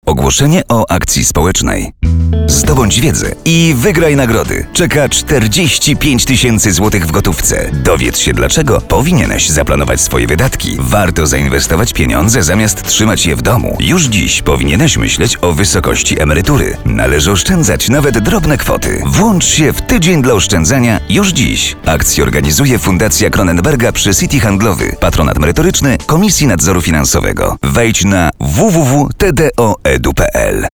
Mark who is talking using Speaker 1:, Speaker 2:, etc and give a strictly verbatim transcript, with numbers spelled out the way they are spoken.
Speaker 1: Ogłoszenie o akcji społecznej. Zdobądź wiedzę i wygraj nagrody. Czeka czterdzieści pięć tysięcy złotych w gotówce. Dowiedz się, dlaczego powinieneś zaplanować swoje wydatki. Warto zainwestować pieniądze zamiast trzymać je w domu. Już dziś powinieneś myśleć o wysokości emerytury. Należy oszczędzać nawet drobne kwoty. Włącz się w tydzień dla oszczędzania już dziś. Akcję organizuje Fundacja Kronenberga przy City Handlowy. Patronat merytoryczny Komisji Nadzoru Finansowego. Wejdź na w w w kropka t d o kropka e d u kropka p l.